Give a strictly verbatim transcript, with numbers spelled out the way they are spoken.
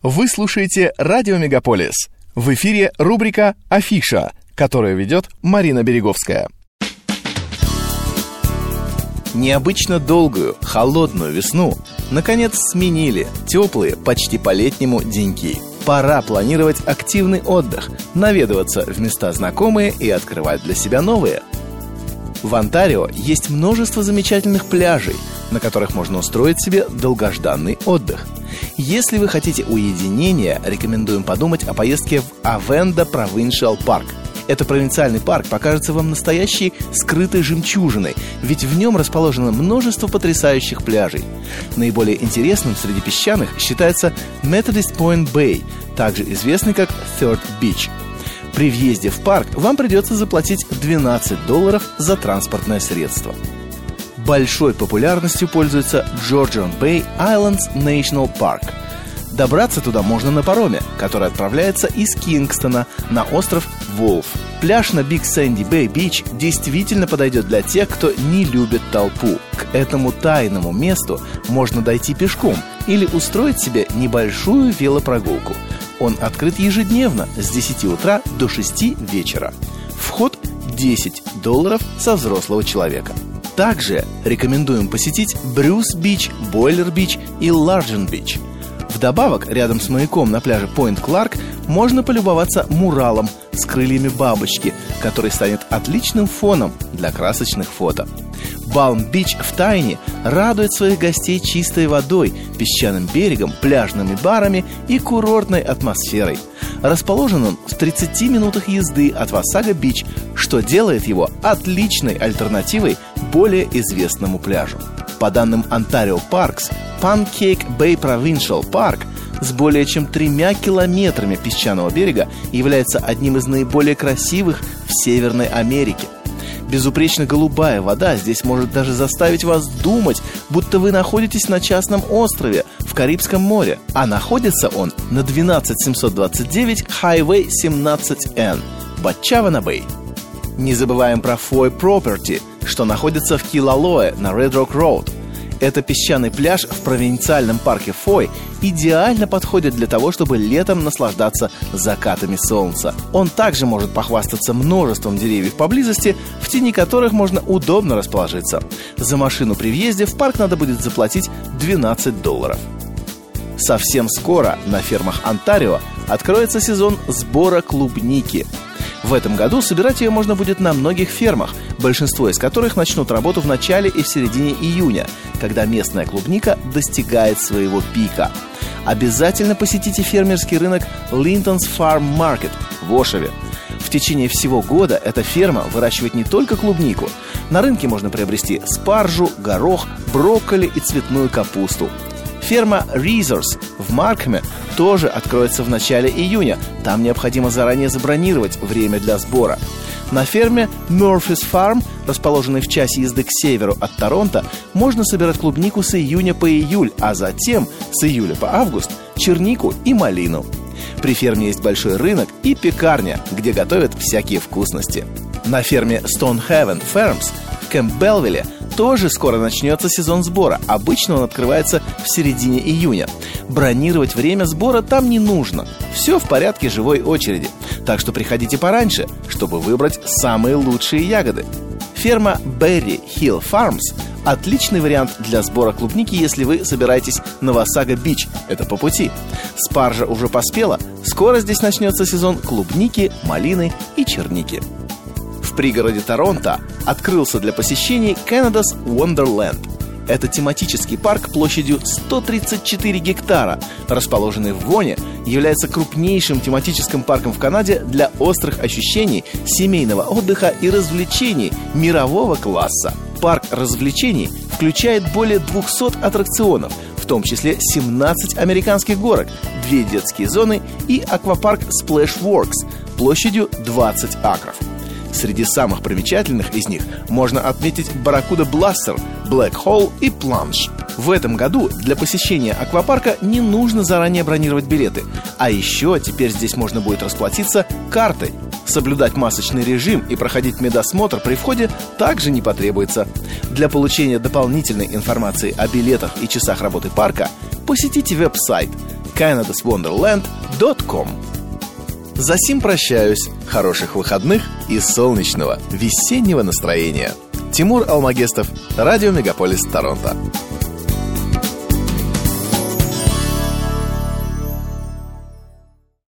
Вы слушаете «Радио Мегаполис». В эфире рубрика «Афиша», которую ведет Марина Береговская. Необычно долгую, холодную весну наконец сменили теплые, почти по-летнему деньки. Пора планировать активный отдых, наведываться в места знакомые и открывать для себя новые. В Онтарио есть множество замечательных пляжей, на которых можно устроить себе долгожданный отдых. Если вы хотите уединения, рекомендуем подумать о поездке в Авенда Провиншиал Парк. Этот провинциальный парк покажется вам настоящей скрытой жемчужиной, ведь в нем расположено множество потрясающих пляжей. Наиболее интересным среди песчаных считается Methodist Point Bay, также известный как Third Beach. При въезде в парк вам придется заплатить двенадцать долларов за транспортное средство. Большой популярностью пользуется Georgian Bay Islands National Park. Добраться туда можно на пароме, который отправляется из Кингстона на остров Волф. Пляж на Big Sandy Bay Beach действительно подойдет для тех, кто не любит толпу. К этому тайному месту можно дойти пешком или устроить себе небольшую велопрогулку. Он открыт ежедневно с десяти утра до шести вечера. Вход десять долларов со взрослого человека. Также рекомендуем посетить Брюс Бич, Бойлер Бич и Ларджен Бич. Вдобавок, рядом с маяком на пляже Пойнт Кларк можно полюбоваться муралом с крыльями бабочки, который станет отличным фоном для красочных фото. Балм-Бич в Тайне радует своих гостей чистой водой, песчаным берегом, пляжными барами и курортной атмосферой. Расположен он в тридцати минутах езды от Васага-Бич, что делает его отличной альтернативой более известному пляжу. По данным Ontario Parks, Pancake Bay Provincial Park с более чем тремя километрами песчаного берега является одним из наиболее красивых в Северной Америке. Безупречно голубая вода здесь может даже заставить вас думать, будто вы находитесь на частном острове в Карибском море, а находится он на двенадцать семьсот двадцать девять Highway семнадцать эн, Батчавана-Бэй. Не забываем про Foy Property, что находится в Килалоэ на Red Rock Road. Это песчаный пляж в провинциальном парке Фой идеально подходит для того, чтобы летом наслаждаться закатами солнца. Он также может похвастаться множеством деревьев поблизости, в тени которых можно удобно расположиться. За машину при въезде в парк надо будет заплатить двенадцать долларов. Совсем скоро на фермах Онтарио откроется сезон сбора клубники. В этом году собирать ее можно будет на многих фермах, большинство из которых начнут работу в начале и в середине июня, когда местная клубника достигает своего пика. Обязательно посетите фермерский рынок Linton's Farm Market в Ошеве. В течение всего года эта ферма выращивает не только клубнику. На рынке можно приобрести спаржу, горох, брокколи и цветную капусту. Ферма Resource в Маркхэме тоже откроется в начале июня. Там необходимо заранее забронировать время для сбора. На ферме Murphy's Farm, расположенной в часе езды к северу от Торонто, можно собирать клубнику с июня по июль, а затем с июля по август чернику и малину. При ферме есть большой рынок и пекарня, где готовят всякие вкусности. На ферме Stonehaven Farms в Кэмпбеллвилле тоже скоро начнется сезон сбора. Обычно он открывается в середине июня. Бронировать время сбора там не нужно. Все в порядке живой очереди. Так что приходите пораньше, чтобы выбрать самые лучшие ягоды. Ферма Berry Hill Farms – отличный вариант для сбора клубники, если вы собираетесь на Васага-Бич. Это по пути. Спаржа уже поспела. Скоро здесь начнется сезон клубники, малины и черники. В пригороде Торонто открылся для посещений Canada's Wonderland. Это тематический парк площадью сто тридцать четыре гектара, расположенный в Воне, является крупнейшим тематическим парком в Канаде для острых ощущений, семейного отдыха и развлечений мирового класса. Парк развлечений включает более двухсот аттракционов, в том числе семнадцать американских горок, две детские зоны и аквапарк Splashworks площадью двадцать акров. Среди самых примечательных из них можно отметить Barracuda Blaster, Black Hole и Plunge. В этом году для посещения аквапарка не нужно заранее бронировать билеты, а еще теперь здесь можно будет расплатиться картой. Соблюдать масочный режим и проходить медосмотр при входе также не потребуется. Для получения дополнительной информации о билетах и часах работы парка посетите веб-сайт канадас вондерленд точка ком. Засим прощаюсь. Хороших выходных и солнечного весеннего настроения. Тимур Алмагестов, Радио Мегаполис Торонто.